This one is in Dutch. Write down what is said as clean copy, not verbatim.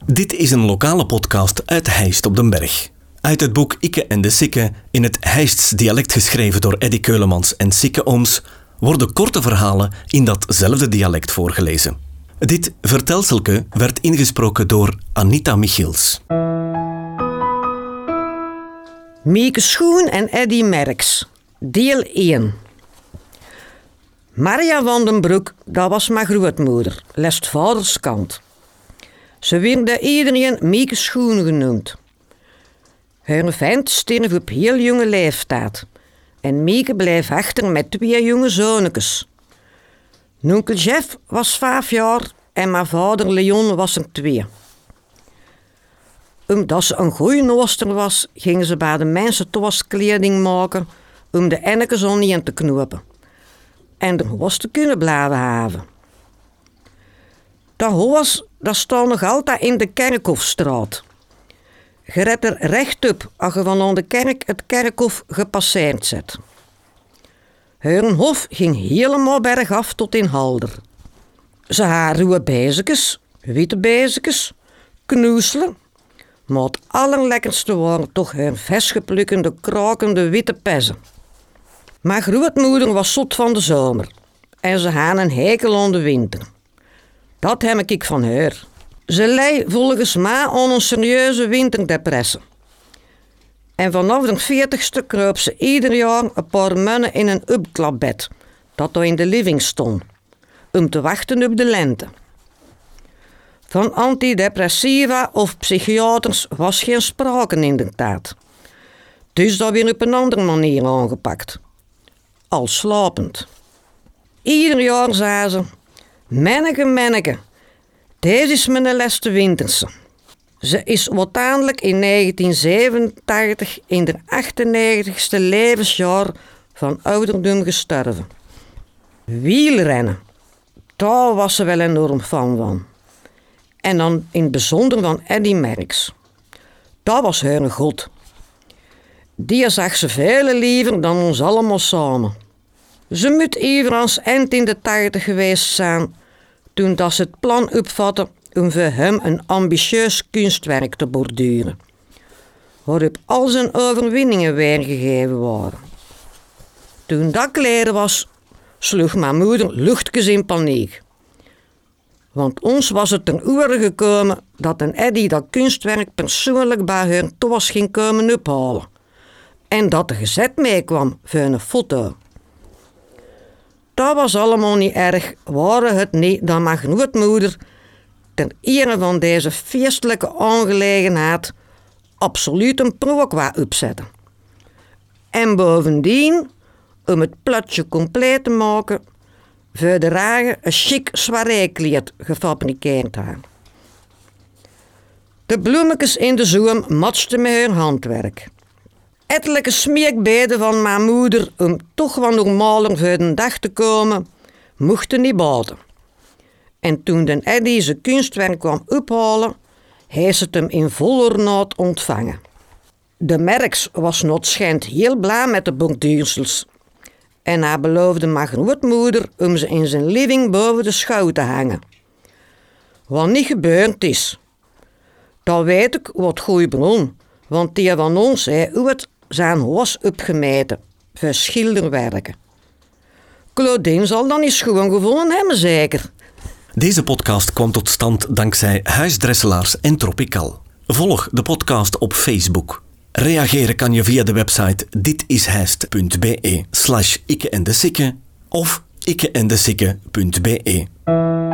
Dit is een lokale podcast uit Heist op den Berg. Uit het boek Ikke en de Sikke, in het Heists dialect geschreven door Eddy Keulemans en Sikke Ooms, worden korte verhalen in datzelfde dialect voorgelezen. Dit vertelselke werd ingesproken door Anita Michiels. Mieke Schoen en Eddy Merckx, deel 1. Maria van den Broek, dat was mijn grootmoeder, lest vaders kant. Ze werd door iedereen Mieke Schoen genoemd. Haar vent stierf op heel jonge leeftijd en Mieke bleef achter met 2 jonge zonnetjes. Onkel Jeff was 5 jaar en mijn vader Leon was er 2. Omdat ze een goeie nooster was, gingen ze bij de mensen thuis kleding maken om de ennekes aan niet in te knopen en de hoos te kunnen blijven haven. Dat hoos, dat staat nog altijd in de Kerkhofstraat. Je redt er rechtop als je van aan de kerk het kerkhof gepasseerd zet. Hun hof ging helemaal bergaf tot in Halder. Ze hadden ruwe bezekes, witte bezekes, knoeselen, maar het allerlekkerste waren toch hun versgeplukkende, krakende witte pezen. Mijn grootmoeder was zot van de zomer en ze had een hekel aan de winter. Dat heb ik van haar. Ze leed volgens mij aan een serieuze winterdepressie. En vanaf de 40ste kroop ze ieder jaar een paar maanden in een opklapbed, dat daar in de living stond, om te wachten op de lente. Van antidepressiva of psychiaters was geen sprake in de tijd. Dus dat weer op een andere manier aangepakt. Al slapend. Ieder jaar zei ze: Menneke, deze is mijn laatste winterse. Ze is uiteindelijk in 1987 in de 98ste levensjaar van ouderdom gestorven. Wielrennen, daar was ze wel enorm van. En dan in het bijzonder van Eddy Merckx. Dat was haar god. Die zag ze veel liever dan ons allemaal samen. Ze moet Ivrans eind in de 80 geweest zijn toen dat ze het plan opvatte om voor hem een ambitieus kunstwerk te borduren, waarop al zijn overwinningen weergegeven waren. Toen dat klaar was, sloeg mijn moeder luchtjes in paniek. Want ons was het ten oore gekomen dat een Eddy dat kunstwerk persoonlijk bij haar thuis ging komen ophalen en dat er gezet meekwam voor een foto. Dat was allemaal niet erg, waren het niet dat mijn grootmoeder ten ere van deze feestelijke aangelegenheid absoluut een prook wou opzetten. En bovendien, om het platje compleet te maken, voor de dragen een chic soireekleed gefabriceerd had. De bloemetjes in de zoom matchten met haar handwerk. Ettelijke smeekbeden van mijn moeder om toch wat normaler voor de dag te komen, mochten niet baten. En toen de Eddy zijn kunstwerk kwam ophalen, heeft het hem in vol ornaat ontvangen. De Merckx was schijnt heel blij met de borduursels. En hij beloofde mijn grootmoeder om ze in zijn living boven de schouw te hangen. Wat niet gebeurd is. Dat weet ik wat goeie bron, want die van ons heeft ooit zijn huis opgemeten voor schilderwerken. Claudine zal dan niet schoon gevonden hebben, zeker. Deze podcast kwam tot stand dankzij Huisdresselaars en Tropical. Volg de podcast op Facebook. Reageren kan je via de website ditishijst.be/ikke en de sikke of ikkeendesikke.be.